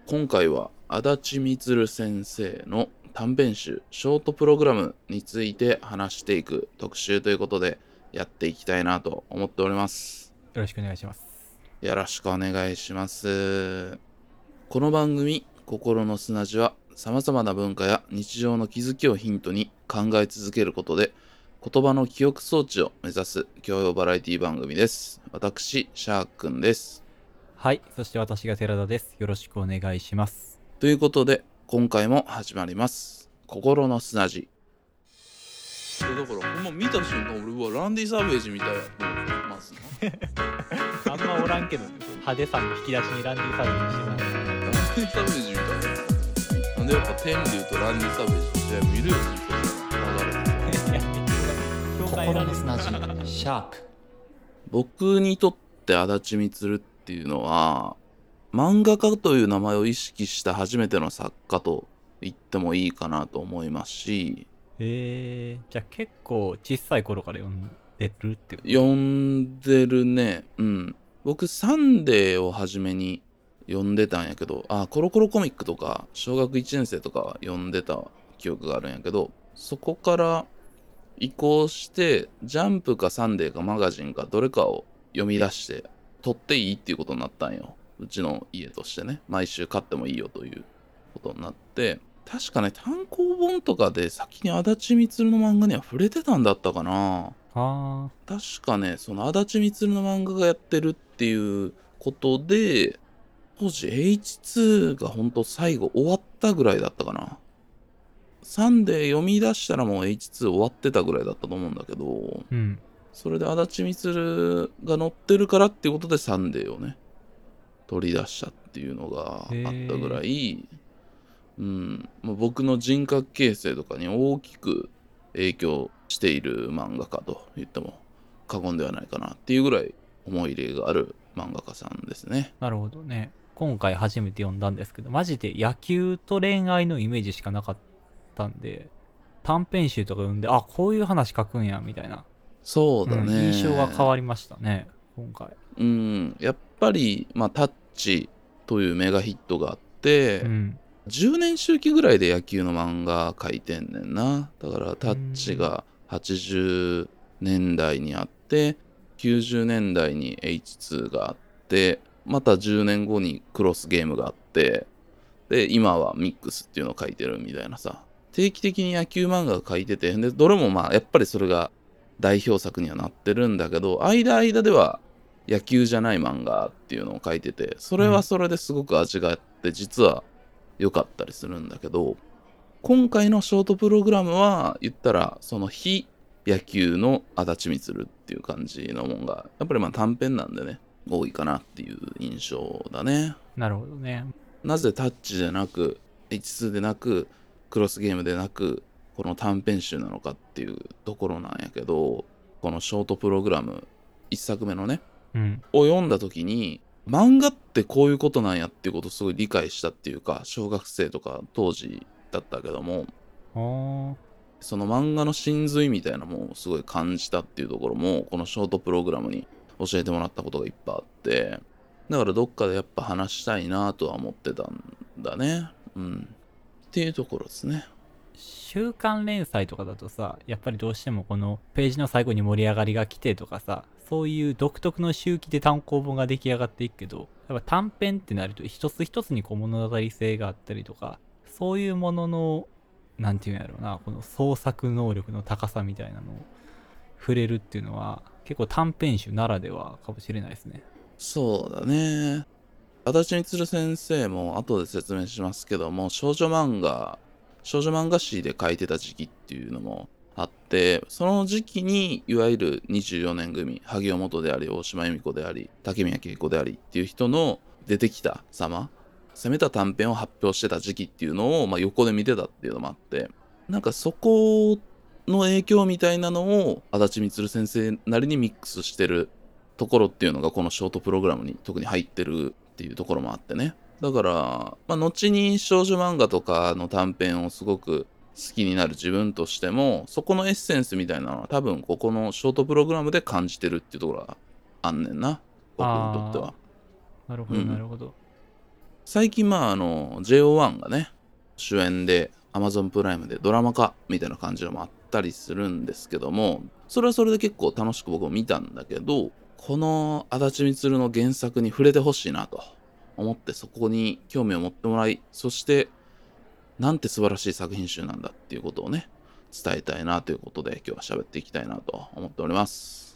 今回は足立満先生の短編集ショートプログラムについて話していく特集ということでやっていきたいなと思っております。 よろしくお願いします。 よろしくお願いします。この番組心の砂地は様々な文化や日常の気づきをヒントに考え続けることで言葉の記憶装置を目指す教養バラエティ番組です。私シャークンです。 はい、そして私が寺田です。よろしくお願いします。 ということで今回も始まります。心の砂地。だからほんま見た瞬間俺はランディ・サーベージみたいやと思ってますな。 あんまおらんけどね、派手さの引き出しにランディサービスしてない。 ランディ・サーベージみたいや。なんでやっぱ天竜とランディ・サーベージの試合見るよ流れて。 心の砂地シャーク。 僕にとって足立満っていうのは漫画家という名前を意識した初めての作家と言ってもいいかなと思いますし、 じゃあ結構小さい頃から読んでるってこと？ 読んでるね。僕サンデーを初めに読んでたんやけど、コロコロコミックとか小学1年生とかは読んでた記憶があるんやけど、そこから移行してジャンプかサンデーかマガジンかどれかを読み出して取っていいっていうことになったんよ。うちの家としてね、毎週買ってもいいよということになって、確かね単行本とかで先に足立満の漫画には触れてたんだったかな。 あ確かね、その足立満の漫画がやってるっていうことで、当時 H2 がほんと最後終わったぐらいだったかな。サンデー読み出したらもう H2 終わってたぐらいだったと思うんだけど、それで足立満が載ってるからっていうことでサンデーをね、取り出したっていうのがあったぐらい、僕の人格形成とかに大きく影響している漫画家と言っても過言ではないかなっていうぐらい思い入れがある漫画家さんですね。 なるほどね。今回初めて読んだんですけど、マジで野球と恋愛のイメージしかなかったんで、短編集とか読んで、こういう話書くんやみたいな、 そうだね。 印象が変わりましたね、今回。 やっぱり、タッチというメガヒットがあって、10年周期ぐらいで野球の漫画描いてんねんな。だからタッチが80年代にあって90年代に H2 があってまた10年後にクロスゲームがあってで今はミックスっていうのを描いてるみたいなさ、定期的に野球漫画が描いてて、でどれもやっぱりそれが代表作にはなってるんだけど、間では野球じゃない漫画っていうのを描いてて、それはそれですごく味があって実は良かったりするんだけど、今回のショートプログラムは言ったらその非野球の足立満っていう感じのもんがやっぱり短編なんでね多いかなっていう印象だね。 なるほどね。 なぜタッチでなく H2 でなくクロスゲームでなくこの短編集なのかっていうところなんやけど、このショートプログラム1作目のね、を読んだ時に漫画ってこういうことなんやっていうことをすごい理解したっていうか、小学生とか当時だったけども、その漫画の真髄みたいなものをすごい感じたっていうところもこのショートプログラムに教えてもらったことがいっぱいあって、だからどっかでやっぱ話したいなとは思ってたんだね。っていうところですね。 週刊連載とかだとさ、やっぱりどうしてもこのページの最後に盛り上がりが来てとかさ、そういう独特の周期で単行本が出来上がっていくけど、やっぱ短編ってなると一つ一つにこう物語性があったりとか、そういうものの、なんていうんやろうな、この創作能力の高さみたいなのを触れるっていうのは、結構短編集ならではかもしれないですね。 そうだね。足立満先生も後で説明しますけども、少女漫画誌で書いてた時期っていうのもあって、その時期にいわゆる24年組、萩尾元であり大島由美子であり竹宮恵子でありっていう人の出てきた様、攻めた短編を発表してた時期っていうのを、横で見てたっていうのもあって、なんかそこの影響みたいなのを足立満先生なりにミックスしてるところっていうのがこのショートプログラムに特に入ってるっていうところもあってね。だから、後に少女漫画とかの短編をすごく好きになる自分としても、そこのエッセンスみたいなのは多分ここのショートプログラムで感じてるっていうところがあんねんな、僕にとっては。 なるほどなるほど。 最近JO1 がね主演で Amazon プライムでドラマ化みたいな感じのもあったりするんですけども、それはそれで結構楽しく僕も見たんだけど、この足立満の原作に触れてほしいなと思って、そこに興味を持ってもらい、そしてなんて素晴らしい作品集なんだっていうことをね伝えたいなということで、今日は喋っていきたいなと思っております。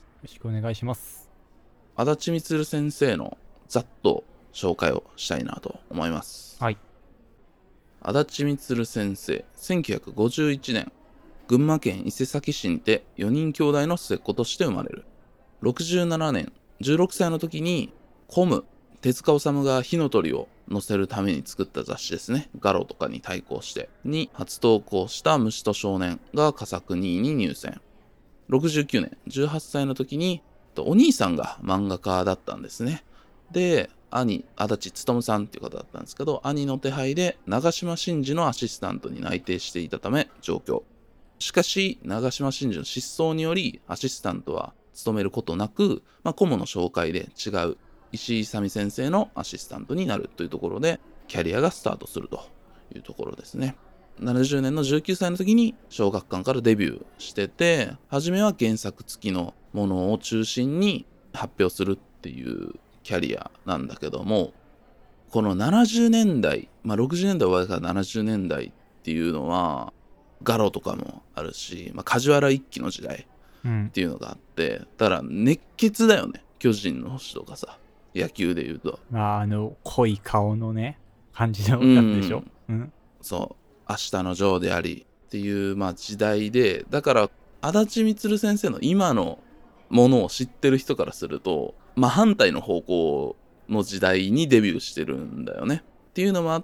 よろしくお願いします。 足立満先生のざっと紹介をしたいなと思います。 はい。 足立満先生、1951年、群馬県伊勢崎市にて4人兄弟の末っ子として生まれる。67年、16歳の時にコム、手塚治虫が火の鳥を載せるために作った雑誌ですね、ガロとかに対抗してに初投稿した虫と少年が佳作2位に入選。69年、18歳の時にお兄さんが漫画家だったんですね。で、兄、足立勉さんっていう方だったんですけど、兄の手配で長嶋真司のアシスタントに内定していたため上京。しかし、長嶋真司の失踪により、アシスタントは務めることなく、顧問の紹介で違う石井勇先生のアシスタントになるというところで、キャリアがスタートするというところですね。70年の19歳の時に小学館からデビューしてて、初めは原作付きのものを中心に発表するっていうキャリアなんだけども、この70年代、60年代終わりから70年代っていうのは、ガロとかもあるし、梶原一騎の時代っていうのがあって、だから熱血だよね。巨人の星とかさ、野球でいうと。 濃い顔のね、感じのやつでしょ。 そう。明日のジョーでありっていう、時代で、だから、足立満先生の今のものを知ってる人からすると、反対の方向の時代にデビューしてるんだよね。っていうのもあって、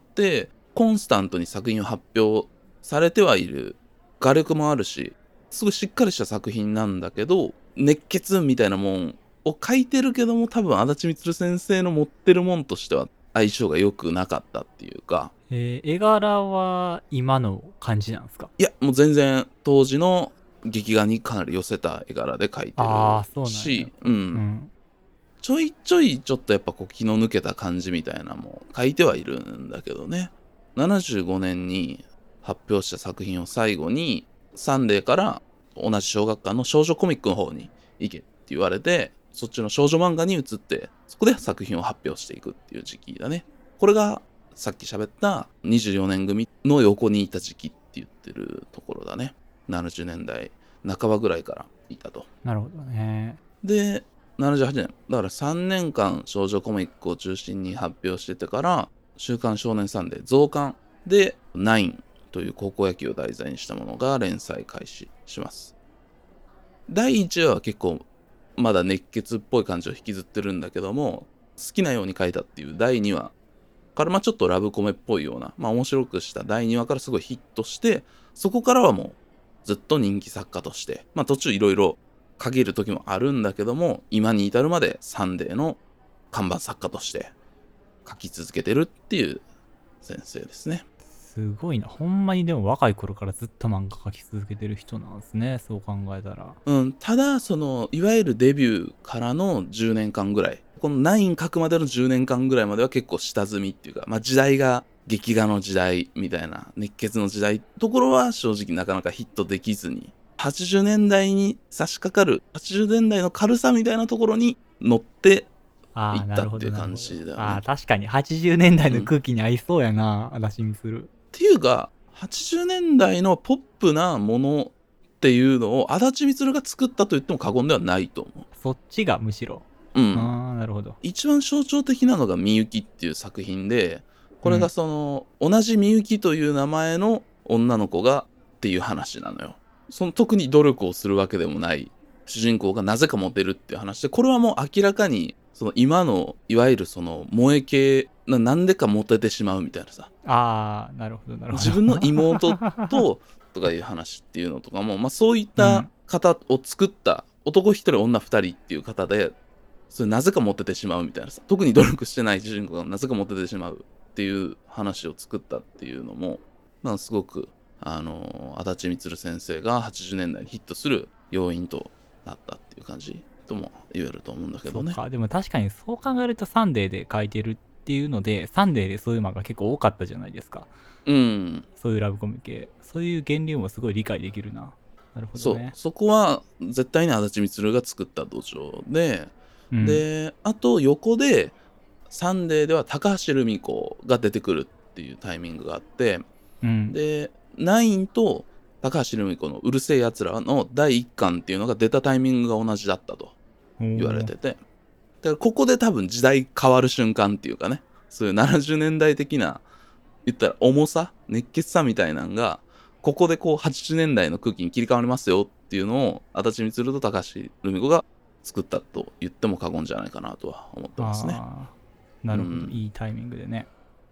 コンスタントに作品を発表されてはいる。画力もあるし、すごいしっかりした作品なんだけど、熱血みたいなもんを書いてるけども、多分足立満先生の持ってるもんとしては相性が良くなかったっていうか。 絵柄は今の感じなんですか？ いや、もう全然当時の劇画にかなり寄せた絵柄で描いてるし、ちょいちょいちょっとやっぱ気の抜けた感じみたいなのも描いてはいるんだけどね。75年に発表した作品を最後にサンデーから同じ小学館の少女コミックの方に行けって言われて、そっちの少女漫画に移ってそこで作品を発表していくっていう時期だね。これがさっき喋った24年組の横にいた時期って言ってるところだね。70年代半ばぐらいからいたと。 なるほどね。 で、78年。だから3年間少女コミックを中心に発表しててから、週刊少年サンデー増刊でナインという高校野球を題材にしたものが連載開始します。第1話は結構まだ熱血っぽい感じを引きずってるんだけども、好きなように書いたっていう第2話からちょっとラブコメっぽいような、面白くした第2話からすごいヒットして、そこからはもうずっと人気作家として、途中いろいろ限る時もあるんだけども、今に至るまでサンデーの看板作家として書き続けてるっていう先生ですね。 すごいな。ほんまにでも若い頃からずっと漫画描き続けてる人なんですね。そう考えたら。 ただいわゆるデビューからの10年間ぐらい、このナイン書くまでの10年間ぐらいまでは結構下積みっていうか、時代が劇画の時代みたいな、熱血の時代ところは正直なかなかヒットできずに、80年代に差し掛かる80年代の軽さみたいなところに乗っていったっていう感じだよね。 確かに80年代の空気に合いそうやな、足立満。 っていうか80年代のポップなものっていうのを足立満が作ったと言っても過言ではないと思う。 そっちがむしろ。なるほど。 一番象徴的なのがみゆきっていう作品で、これが同じみゆきという名前の女の子がっていう話なのよ。特に努力をするわけでもない主人公がなぜかモテるっていう話で、これはもう明らかに今のいわゆる萌え系なんでかモテてしまうみたいなさ。 なるほどなるほど。 自分の妹とかいう話っていうのとかも、そういった方を作った男一人女二人っていう方で、それなぜかモテてしまうみたいなさ。特に努力してない主人公がなぜかモテてしまうっていう話を作ったっていうのも、すごく足立満先生が80年代にヒットする要因となったっていう感じとも言えると思うんだけどね。 でも確かにそう考えるとサンデーで書いてるっっていうのでサンデーでそういう漫画結構多かったじゃないですか。 うん。 そういうラブコメ系、そういう源流もすごい理解できるな。なるほどね。 そこは絶対に足立満が作った土壌で、であと横でサンデーでは高橋留美子が出てくるっていうタイミングがあって、でナインと高橋留美子のうるせえやつらの第1巻っていうのが出たタイミングが同じだったと言われてて、だからここで多分時代変わる瞬間っていうかね、そういう70年代的な言ったら重さ、熱血さみたいなのがここでこう80年代の空気に切り替わりますよっていうのを足立満と高橋留美子が作ったと言っても過言じゃないかなとは思ってますね。 なるほど、いいタイミングでね。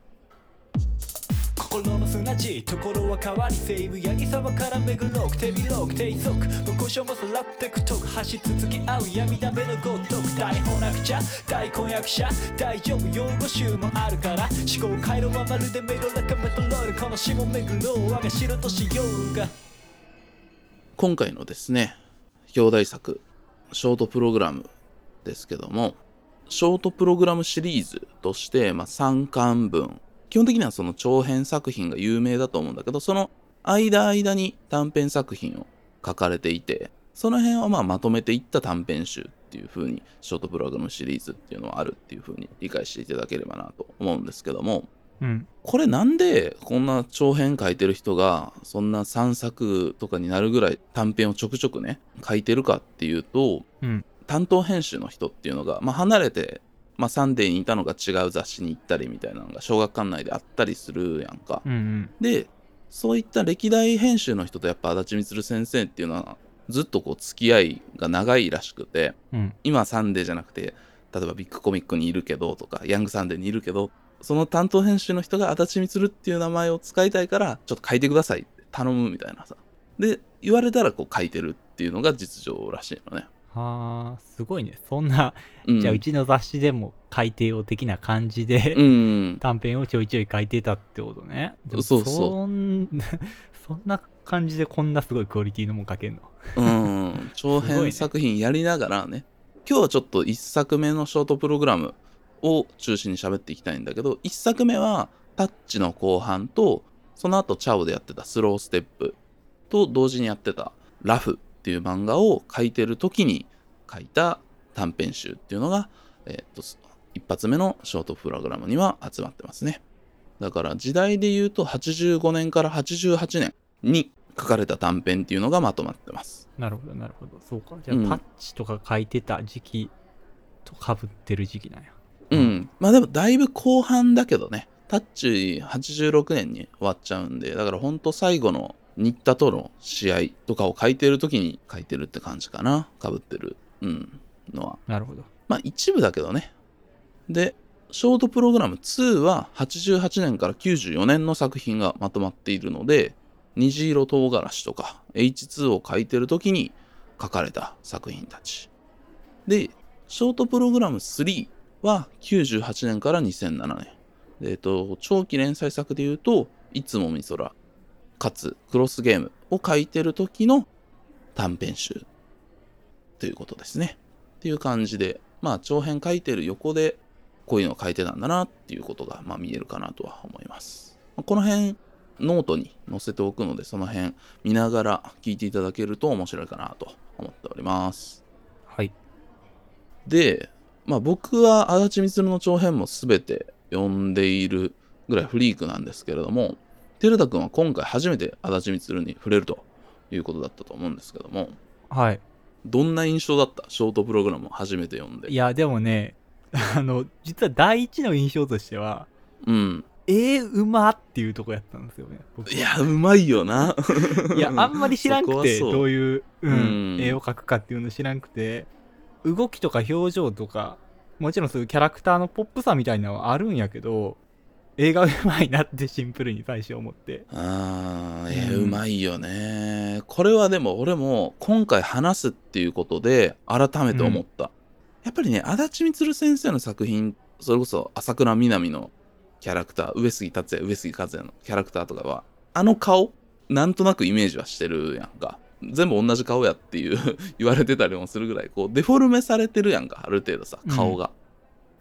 心の砂地ところは変わり西武八木沢から巡ろう手広く低速無故障もさらってくとく走り続き合う闇だめのごとく台本なくちゃ大婚約者大丈夫用語集もあるから思考回路はまるでメロラカメトロールこの下巡ろう我が城としようが。 今回のですね表題作ショートプログラムですけども、ショートプログラムシリーズとして、3巻分、基本的にはその長編作品が有名だと思うんだけど、その間に短編作品を書かれていて、その辺をまとめていった短編集っていう風にショートプログラムシリーズっていうのはあるっていう風に理解していただければなと思うんですけども、これなんでこんな長編書いてる人がそんな3作とかになるぐらい短編をちょくちょくね書いてるかっていうと、担当編集の人っていうのが、離れて、サンデーにいたのが違う雑誌に行ったりみたいなのが小学館内であったりするやんか。でそういった歴代編集の人とやっぱ足立満先生っていうのはずっとこう付き合いが長いらしくて、今サンデーじゃなくて例えばビッグコミックにいるけどとかヤングサンデーにいるけど、その担当編集の人が足立満っていう名前を使いたいからちょっと書いてくださいって頼むみたいなさ、で言われたらこう書いてるっていうのが実情らしいのね。 すごいね。そんな、じゃあうちの雑誌でも書いてよ的な感じで、短編をちょいちょい書いてたってことね。そんな感じでこんなすごいクオリティのもん書けんの。 長編作品やりながらね、今日はちょっと1作目のショートプログラムを中心に喋っていきたいんだけど、1作目はタッチの後半と、その後チャオでやってたスローステップと同時にやってたラフっていう漫画を書いてる時に書いた短編集っていうのが、一発目のショートプログラムには集まってますね。だから時代で言うと85年から88年に書かれた短編っていうのがまとまってます。 なるほどなるほど。そうか。じゃあ、タッチとか書いてた時期と被ってる時期なんや。 でもだいぶ後半だけどね。タッチ86年に終わっちゃうんで、だからほんと最後の新田との試合とかを書いてる時に書いてるって感じかな。被ってる、のは。 なるほど。 一部だけどね。で、ショートプログラム2は88年から94年の作品がまとまっているので、虹色唐辛子とか H2 を書いてる時に書かれた作品たち。で、ショートプログラム3は98年から2007年。長期連載作で言うと、いつもみそら、かつクロスゲームを書いてる時の短編集ということですね。っていう感じで、長編書いてる横でこういうのを書いてたんだなっていうことが見えるかなとは思います。この辺ノートに載せておくので、その辺見ながら聞いていただけると面白いかなと思っております。 はい。 で、僕は足立満の長編も全て読んでいるぐらいフリークなんですけれども、照田くんは今回初めて足立満に触れるということだったと思うんですけども、 はい。 どんな印象だった？ショートプログラムを初めて読んで。 いやでもね、実は第一の印象としては、うまっていうとこやったんですよね。 いや、うまいよな。 いや、あんまり知らんくて、どういう、絵を描くかっていうの知らんくて、動きとか表情とか、もちろんそういうキャラクターのポップさみたいなのはあるんやけど、映画うまいなってシンプルに最初思って。 うまいよね。これはでも俺も今回話すっていうことで改めて思った。やっぱりね、足立満先生の作品、それこそ朝倉みなみのキャラクター、上杉達也、上杉和也のキャラクターとかは、あの顔、なんとなくイメージはしてるやんか。全部同じ顔やっていう言われてたりもするぐらい、こうデフォルメされてるやんか、ある程度さ、顔が。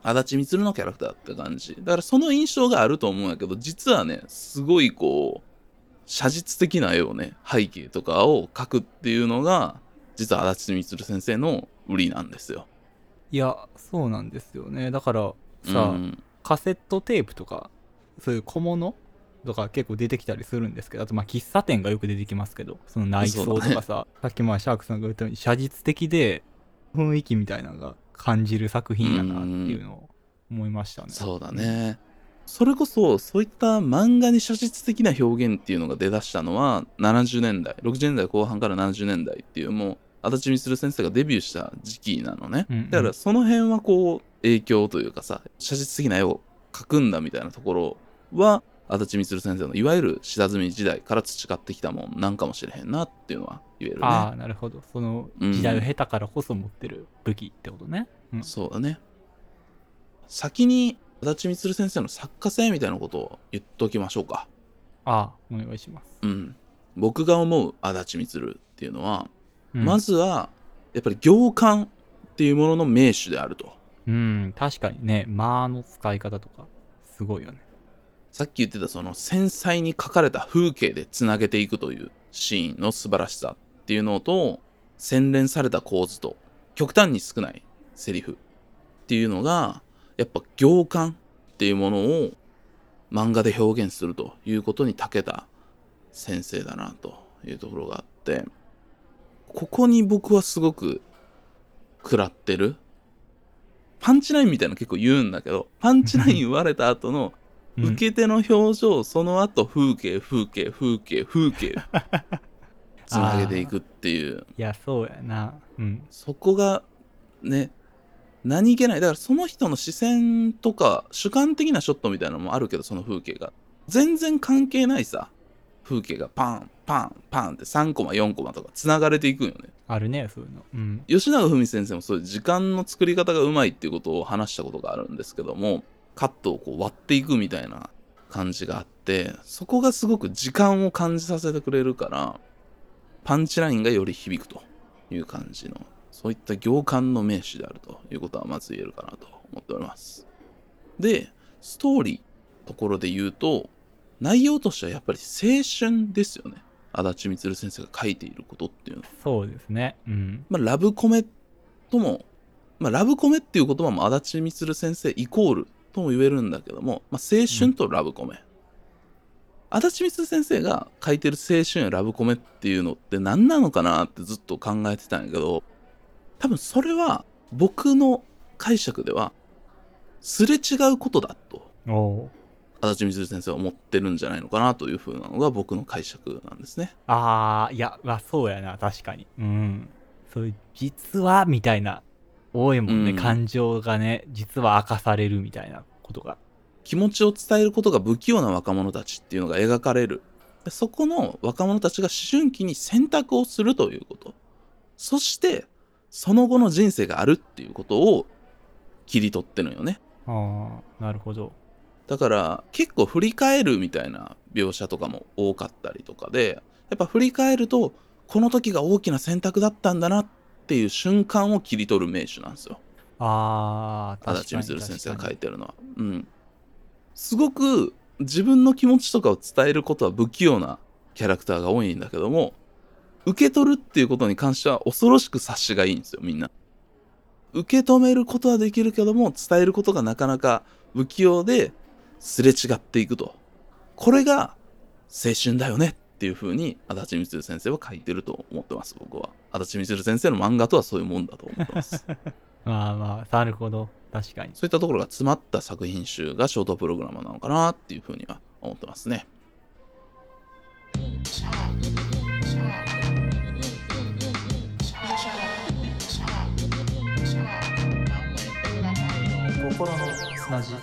足立みつるのキャラクターって感じだから、その印象があると思うんやけど、実はねすごいこう写実的な絵をね、背景とかを描くっていうのが実は足立みつる先生の売りなんですよ。 いや、そうなんですよね。だからさ、カセットテープとかそういう小物とか結構出てきたりするんですけど、あとまあ喫茶店がよく出てきますけど、その内装とかさ、さっきまあシャークさんが言ったように写実的で雰囲気みたいなのが感じる作品やなっていうのを思いましたね。 そうだね、それこそそういった漫画に写実的な表現っていうのが出だしたのは70年代60年代後半から70年代っていう、もう足立みつる先生がデビューした時期なのね、だからその辺はこう影響というかさ、写実的な絵を描くんだみたいなところは足立みつる先生のいわゆる下積み時代から培ってきたもんなんかもしれへんなっていうのは言えるね。 ああ、なるほど。その時代を経たからこそ持ってる武器ってことね。 そうだね。先に足立みつる先生の作家性みたいなことを言っときましょうか。 ああ、お願いします。 僕が思う足立みつるっていうのは、まずはやっぱり行間っていうものの名手であると。 確かにね、間の使い方とかすごいよね。 さっき言ってたその繊細に描かれた風景でつなげていくというシーンの素晴らしさっていうのと、洗練された構図と極端に少ないセリフっていうのがやっぱ行間っていうものを漫画で表現するということに長けた先生だなというところがあって、ここに僕はすごく食らってる。パンチラインみたいなの結構言うんだけど、パンチライン言われた後の受け手の表情、その後風景つなげていくっていう。 いや、そうやな。 そこがね、何気ない。だからその人の視線とか主観的なショットみたいなのもあるけど、その風景が全然関係ないさ、風景がパンパンパンって3コマ4コマとかつながれていくんよね。 あるね、そういうの。 吉永文先生もそういう時間の作り方がうまいっていうことを話したことがあるんですけども、カットをこう割っていくみたいな感じがあって、そこがすごく時間を感じさせてくれるから、パンチラインがより響くという感じの、そういった行間の名手であるということはまず言えるかなと思っております。で、ストーリーところで言うと、内容としてはやっぱり青春ですよね。足立みつる先生が書いていることっていうのは。 そうですね。 ラブコメとも、ラブコメっていう言葉も足立みつる先生イコールとも言えるんだけども、青春とラブコメ。足立みつる先生が書いてる青春やラブコメっていうのって何なのかなってずっと考えてたんやけど、多分それは僕の解釈ではすれ違うことだと足立みつる先生は思ってるんじゃないのかなという風なのが僕の解釈なんですね。 いや、そうやな、確かに。そういう実はみたいな多いもんね、感情がね、実は明かされるみたいなことが。 気持ちを伝えることが不器用な若者たちっていうのが描かれる。でそこの若者たちが思春期に選択をするということ。そしてその後の人生があるっていうことを切り取ってるよね。 なるほど。 だから結構振り返るみたいな描写とかも多かったりとかで、やっぱ振り返るとこの時が大きな選択だったんだなっていう瞬間を切り取る名手なんですよ。足立みつる先生が書いてるのは。すごく自分の気持ちとかを伝えることは不器用なキャラクターが多いんだけども、受け取るっていうことに関しては恐ろしく察しがいいんですよ、みんな。受け止めることはできるけども伝えることがなかなか不器用ですれ違っていくと。これが青春だよねっていう風に足立みつる先生は書いてると思ってます。僕は足立みつる先生の漫画とはそういうもんだと思ってますなるほど、確かに。 そういったところが詰まった作品集がショートプログラムなのかなっていう風には思ってますね。 心の砂地。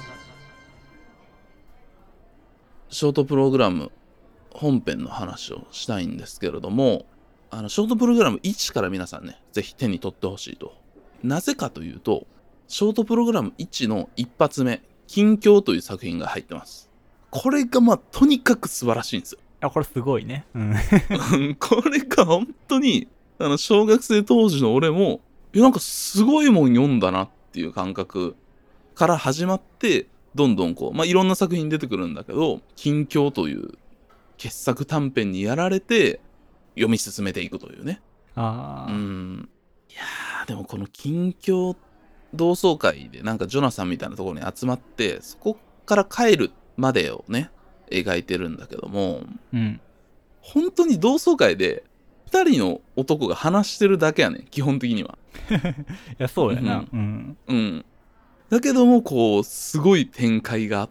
ショートプログラム本編の話をしたいんですけれども、ショートプログラム1から皆さんね、ぜひ手に取ってほしいと。なぜかというと、ショートプログラム1の一発目、近況という作品が入ってます。これがとにかく素晴らしいんですよ。 これすごいね。 これが本当に小学生当時の俺もなんかすごいもん読んだなっていう感覚から始まってどんどんこう、いろんな作品出てくるんだけど、近況という傑作短編にやられて読み進めていくというね。いやーでもこの近況同窓会でなんかジョナサンみたいなところに集まってそこから帰るまでをね描いてるんだけども、本当に同窓会で2人の男が話してるだけやねん基本的には。 いやそうやな。 だけどもこうすごい展開があって、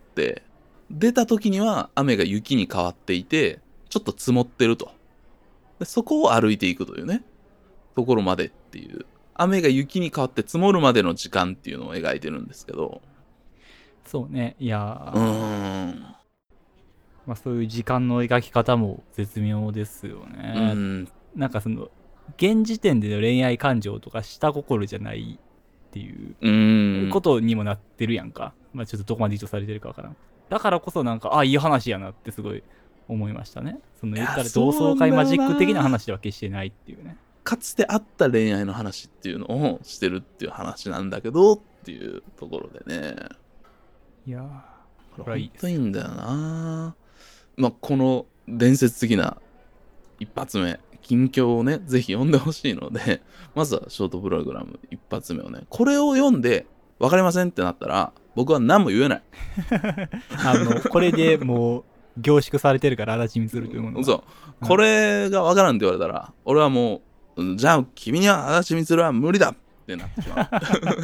出た時には雨が雪に変わっていてちょっと積もってると。でそこを歩いていくというねところまでっていう、雨が雪に変わって積もるまでの時間っていうのを描いてるんですけど。 そうね。いやそういう時間の描き方も絶妙ですよね。なんかその現時点での恋愛感情とか下心じゃないっていうことにもなってるやんか。ちょっとどこまで意図されてるかわからん。だからこそなんかいい話やなってすごい思いましたね。その言ったら同窓会マジック的な話では決してないっていうね。 かつてあった恋愛の話っていうのをしてるっていう話なんだけどっていうところでね。 いやこれ本当いいんだよな。この伝説的な一発目近況をねぜひ読んでほしいので、まずはショートプログラム一発目をね、これを読んで分かりませんってなったら僕は何も言えないこれでもう凝縮されてるから足立光というものがそうこれが分からんって言われたら俺はもうじゃあ君には足立光は無理だってなってしまう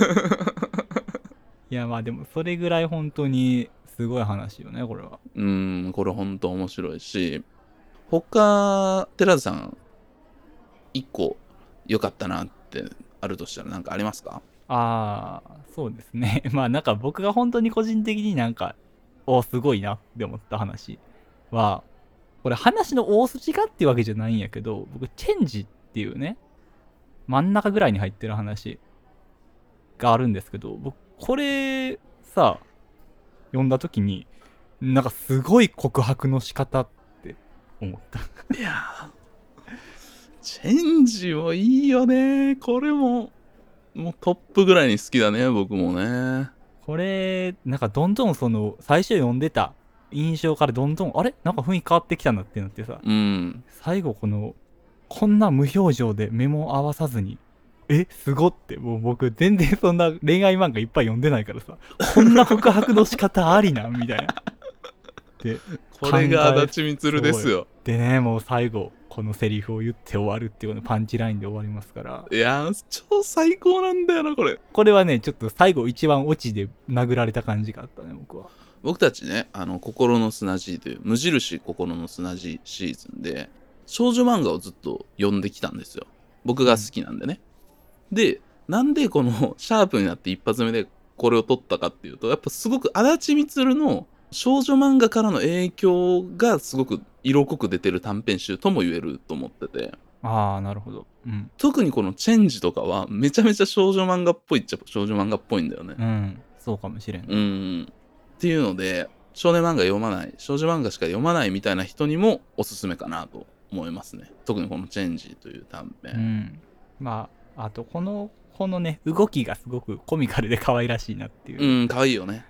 いやでもそれぐらい本当にすごい話よねこれは。 これ本当面白いし、他寺田さん一個良かったなってあるとしたら何かありますか？ そうですねなんか僕が本当に個人的になんかすごいなって思った話は、これ話の大筋かっていうわけじゃないんやけど、僕チェンジっていうね真ん中ぐらいに入ってる話があるんですけど、僕これさ読んだ時になんかすごい告白の仕方って思ったいやチェンジもいいよね。これもうトップぐらいに好きだね僕もね。 これなんかどんどんその最初読んでた印象からどんどんなんか雰囲気変わってきたなってなってさ、最後こんな無表情で目も合わさずにすごって、もう僕全然そんな恋愛漫画いっぱい読んでないからさ、こんな告白の仕方ありなみたいなでこれが足立光ですよ。 でね、もう最後このセリフを言って終わるっていうのパンチラインで終わりますから、 いや超最高なんだよなこれはねちょっと最後一番オチで殴られた感じがあったね僕は。 僕たちね心の砂地という無印心の砂地シーズンで少女漫画をずっと読んできたんですよ僕が好きなんでね。でなんでこのシャープになって一発目でこれを取ったかっていうと、やっぱすごく足立光の少女漫画からの影響がすごく色濃く出てる短編集とも言えると思ってて。 なるほど、 特にこのチェンジとかはめちゃめちゃ少女漫画っぽいっちゃ少女漫画っぽいんだよね。 そうかもしれん。 っていうので少年漫画読まない、少女漫画しか読まないみたいな人にもおすすめかなと思いますね。特にこのチェンジという短編。 あとこのね動きがすごくコミカルで可愛らしいなっていう。 可愛いよね。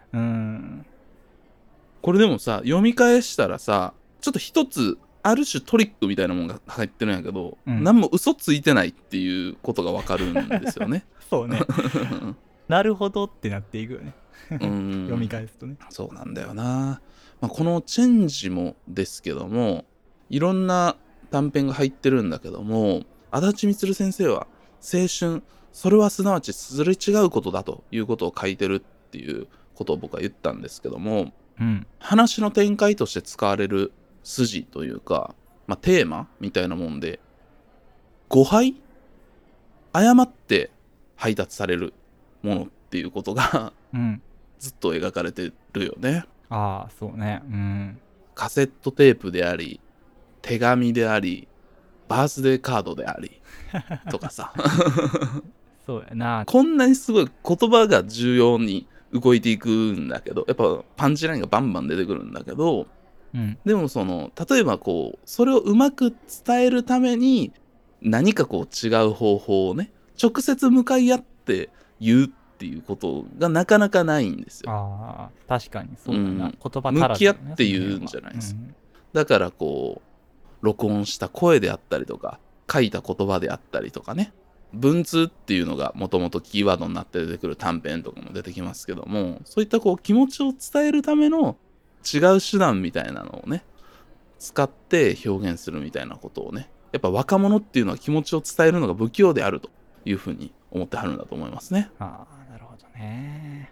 これでもさ読み返したらさちょっと一つある種トリックみたいなものが入ってるんやけど、何も嘘ついてないっていうことがわかるんですよねそうねなるほどってなっていくよね読み返すとね。 そうなんだよな。このチェンジもですけどもいろんな短編が入ってるんだけども、足立光先生は青春それはすなわちすれ違うことだということを書いてるっていうことを僕は言ったんですけども、話の展開として使われる筋というか、テーマみたいなもんで誤配誤って配達されるものっていうことが、ずっと描かれてるよね。 そうね。 カセットテープであり手紙でありバースデーカードでありとかさそうやな。 こんなにすごい言葉が重要に動いていくんだけど、やっぱパンチラインがバンバン出てくるんだけど、でも例えばそれをうまく伝えるために何か違う方法をね直接向かい合って言うっっていうことがなかなかないんですよ。 ああ、確かにそうだな。言葉足ら向ずだよね、 き合って言うんじゃないですか。だからこう録音した声であったりとか書いた言葉であったりとかね、文通っていうのがもともとキーワードになって出てくる短編とかも出てきますけども、そういったこう気持ちを伝えるための違う手段みたいなのをね使って表現するみたいなことをね、やっぱ若者っていうのは気持ちを伝えるのが不器用であるというふうに思ってはるんだと思いますね。 ああ、なるほどね。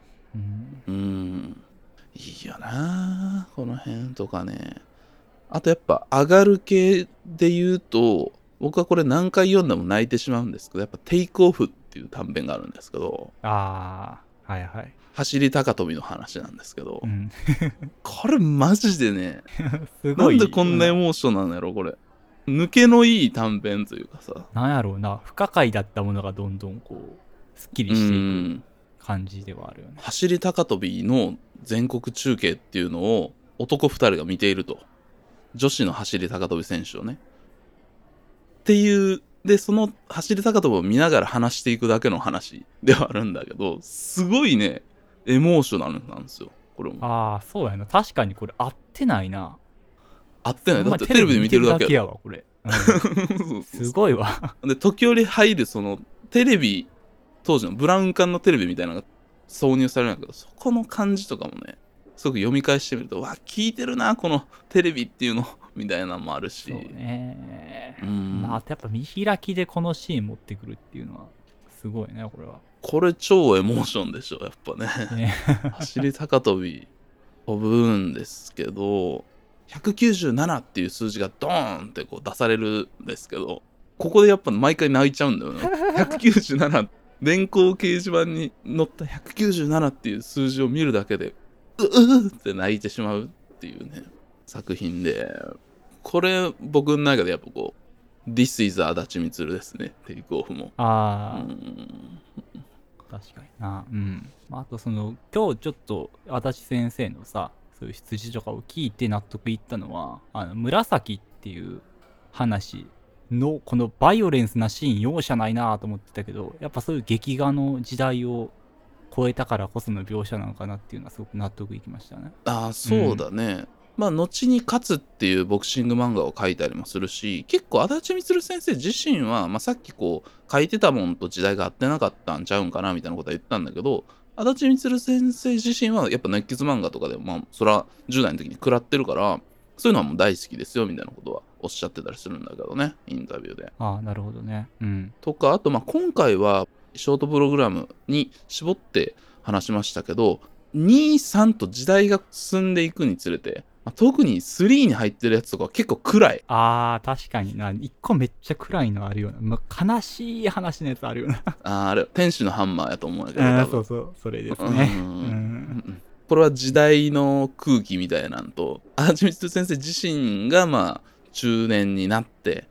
いいよなこの辺とかね。あとやっぱ上がる系で言うと、僕はこれ何回読んでも泣いてしまうんですけど、やっぱテイクオフっていう短編があるんですけど、 ああ、はいはい。 走り高跳びの話なんですけど、 うん、 これマジでねすごい。 なんでこんなエモーションなんやろこれ。抜けのいい短編というかさ、 なんやろうな、不可解だったものがどんどんこうすっきりしていく感じではあるよね。 走り高跳びの全国中継っていうのを男2人が見ていると、女子の走り高跳び選手をねっていうで、その走り高跳びを見ながら話していくだけの話ではあるんだけど、すごいねエモーショナルなんですよこれも。 ああ、そうやな。確かにこれ合ってないな。 合ってない。だってテレビで見てるだけやわこれ、すごいわ。 で時折入るそのテレビ、当時のブラウン管のテレビみたいなのが挿入されるんだけど、そこの感じとかもねすごく読み返してみると、わ聞いてるなこのテレビっていうのみたいなのもあるし。 そうね。まあやっぱ見開きでこのシーン持ってくるっていうのはすごいねこれは。 これ超エモーションでしょやっぱね。走り高跳び飛ぶんですけど、197っていう数字がドーンってこう出されるんですけど、ここでやっぱ毎回泣いちゃうんだよね。197電光掲示板に載った197っていう数字を見るだけでうって泣いてしまうっていうね作品で、これ僕の中でやっぱこう This is 足立みつるですね、テイクオフも。 ああ、確かにな。あとその今日ちょっと足立先生のさ、そういう羊とかを聞いて納得いったのは、紫っていう話のこのバイオレンスなシーン容赦ないなと思ってたけど、やっぱそういう劇画の時代を超えたからこその描写なのかなっていうのはすごく納得いきましたね。 ああそうだね、まあ後に勝つっていうボクシング漫画を書いたりもするし、結構足立みつる先生自身は、さっきこう書いてたもんと時代が合ってなかったんちゃうんかなみたいなことは言ったんだけど、足立みつる先生自身はやっぱ熱血漫画とかでもそら10代の時に食らってるから、そういうのはもう大好きですよみたいなことはおっしゃってたりするんだけどね、インタビューで。 ああ、なるほどね。 とか、あと今回はショートプログラムに絞って話しましたけど、2、3と時代が進んでいくにつれて、特に3に入ってるやつとかは結構暗い。 あー、確かにな。一個めっちゃ暗いのあるよな。悲しい話のやつあるよな。 あれ、天使のハンマーやと思うんだけど、 そうそう、それですね。 これは時代の空気みたいなんと、足立みつる先生自身が中年になって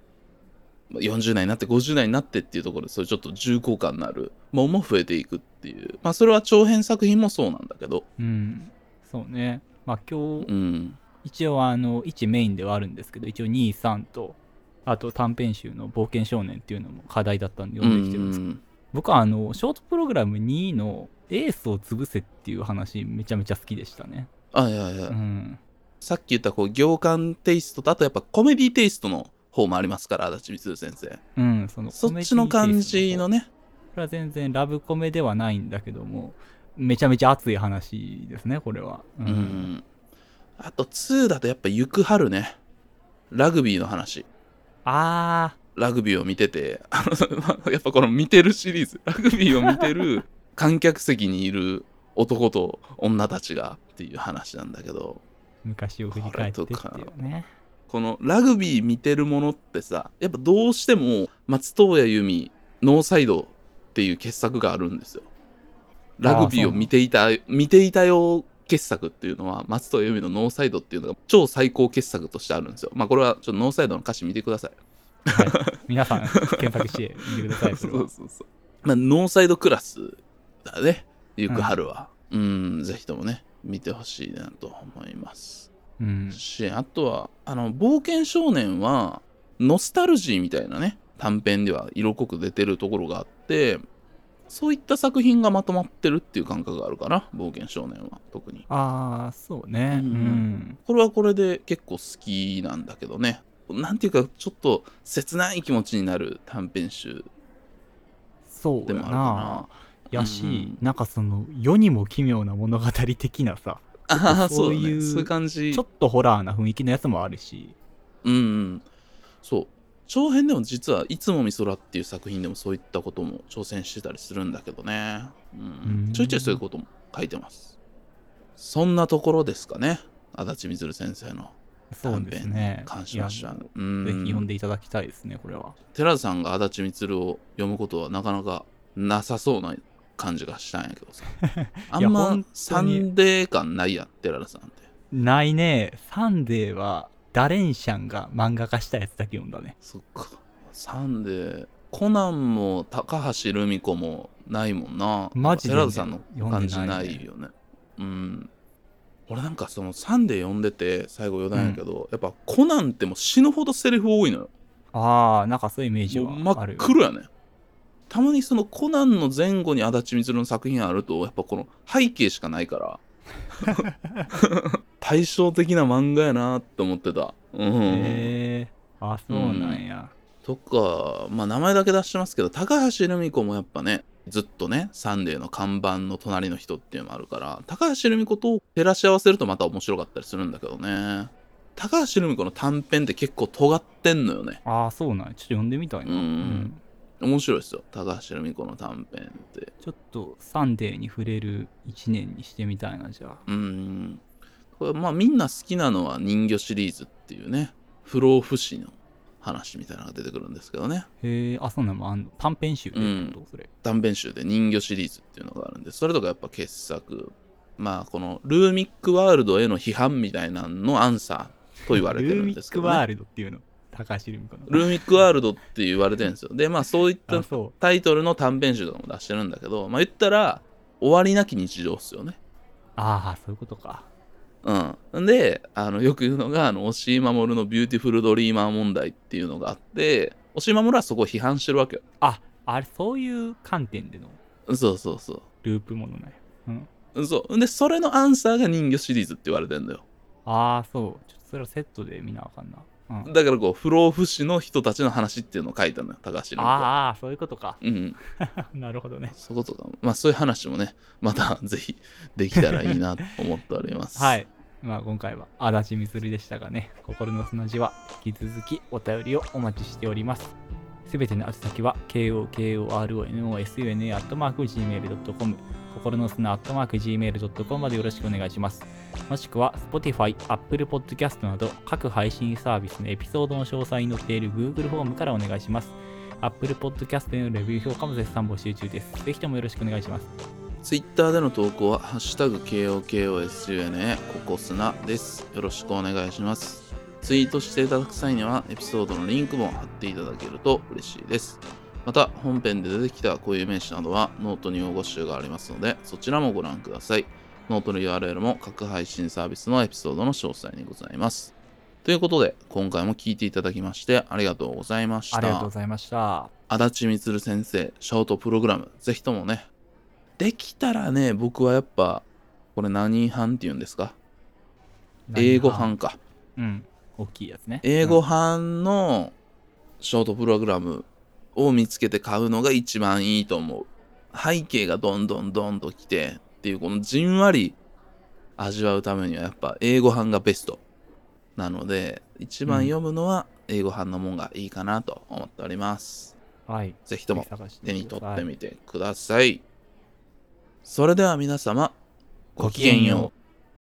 、40代になって50代になってっていうところで、それちょっと重厚感のあるものも増えていくっていう、それは長編作品もそうなんだけど、 そうね。今日、一応1メインではあるんですけど、一応2、3と、あと短編集の冒険少年っていうのも課題だったんで読んできてるんですけど、僕はショートプログラム2のエースを潰せっていう話めちゃめちゃ好きでしたね。さっき言ったこう行間テイストと、あとやっぱコメディテイストの方もありますから、足立みつる先生。そっちの感じのね。 これは全然ラブコメではないんだけども、めちゃめちゃ熱い話ですね、これは。 あと2だとやっぱ行く春ね、ラグビーの話。ラグビーを見てて、やっぱこの見てるシリーズ、ラグビーを見てる観客席にいる男と女たちがっていう話なんだけど、 昔を振り返ってっていうね。 このラグビー見てるものってさ、やっぱどうしても松任谷由実ノーサイドっていう傑作があるんですよ。ラグビーを見ていたよ傑作っていうのは、松任谷由実のノーサイドっていうのが超最高傑作としてあるんですよ。これはちょっとノーサイドの歌詞見てください。 皆さん検索して見てください。 そう。ノーサイドクラスだね、行く春は。ぜひともね見てほしいなと思います。あとは冒険少年はノスタルジーみたいなね短編では色濃く出てるところがあって、 そういった作品がまとまってるっていう感覚があるかな、冒険少年は特に。 ああ、そうね。 これはこれで結構好きなんだけどね。なんていうかちょっと切ない気持ちになる短編集そうやでもあるかな。やし、なんかその世にも奇妙な物語的なさ、 ああ、 そうそうだね。そういういう感じ。 ちょっとホラーな雰囲気のやつもあるし。 そう。長編でも実はいつもみそらっていう作品でもそういったことも挑戦してたりするんだけどね。ちょいちょいそういうことも書いてます。そんなところですかね。足立みずる先生のそうですね。 関しましては。ぜひ読んでいただきたいですね、これは。 寺田さんが足立みつるを読むことはなかなかなさそうな感じがしたんやけどさ。あんまサンデー感ないやん、寺田さんって。 ないね。サンデーはダレンシャンが漫画化したやつだけ読んだね。 そっか。サンデー、コナンも高橋留美子もないもんな。 マジで、ね、 寺田さんの感じないよね。俺なんかそのサンデー読んでて最後余談やけど、やっぱコナンってもう死ぬほどセリフ多いのよ。 ああ、なんかそういうイメージはある。 真っ黒やね。たまにそのコナンの前後に足立みずるの作品あるとやっぱこの背景しかないから対照的な漫画やなって思ってた。 あ、そうなんや。 とか、まあ名前だけ出してますけど、高橋留美子もやっぱね、ずっとね、サンデーの看板の隣の人っていうのもあるから、高橋留美子と照らし合わせるとまた面白かったりするんだけどね。高橋留美子の短編って結構尖ってんのよね。 ああ、そうなんや。ちょっと読んでみたいな。 面白いですよ、高橋留美子の短編って。 ちょっとサンデーに触れる一年にしてみたいな、じゃあ。 これまあみんな好きなのは人魚シリーズっていうね、不老不死の話みたいなのが出てくるんですけどね。 へえ、あ、そんなのもあんの？短編集でそれ。 短編集で人魚シリーズっていうのがあるんで、それとかやっぱ傑作。まあこのルーミックワールドへの批判みたいなのアンサーと言われてるんですけどね。 ルーミックワールドっていうの？高橋留美子の。 ルーミックワールドって言われてるんですよ。で、まあそういったタイトルの短編集とかも出してるんだけど、まあ言ったら終わりなき日常っすよね。 ああ、そういうことか。 で、よく言うのが、押井守のビューティフルドリーマー問題っていうのがあって、押井守はそこを批判してるわけよ。 あれ、そういう観点での。 そう。 ループものね。 そう。で、それのアンサーが人魚シリーズって言われてんだよ。 ああ、そう。ちょっとそれをセットで見なあかんな。 だからこう、不老不死の人たちの話っていうのを書いたのよ、高橋留美子。 ああ、そういうことか。 なるほどね。 そういうことか。まあそういう話もね、またぜひできたらいいなと思っております。 はい。まあ今回は足立みつるでしたがね、心の砂地は引き続きお便りをお待ちしております。すべての宛先は kokoronosuna@gmail.com 心の砂 @gmail.com までよろしくお願いします。もしくは Spotify、Apple Podcast など各配信サービスのエピソードの詳細に載っている Google フォームからお願いします。Apple Podcast でのレビュー評価も絶賛募集中です。ぜひともよろしくお願いします。 Twitter での投稿はハッシュタグ KOKOSUNA ココスナです。よろしくお願いします。ツイートしていただく際にはエピソードのリンクも貼っていただけると嬉しいです。また本編で出てきた固有名詞などはノートに応募集がありますのでそちらもご覧ください。ノートの URL も各配信サービスのエピソードの詳細にございます。ということで今回も聞いていただきましてありがとうございました。 ありがとうございました。 足立みつる先生ショートプログラムぜひともねできたらね、僕はやっぱ、これ何版って言うんですか？英語版か。 大きいやつね。 英語版のショートプログラムを見つけて買うのが一番いいと思う。背景がどんどんときてっていうこのじんわり味わうためにはやっぱ英語版がベスト。なので、一番読むのは英語版のもんがいいかなと思っております。 はい。 ぜひとも手に取ってみてください。それでは皆様、ごきげんよう。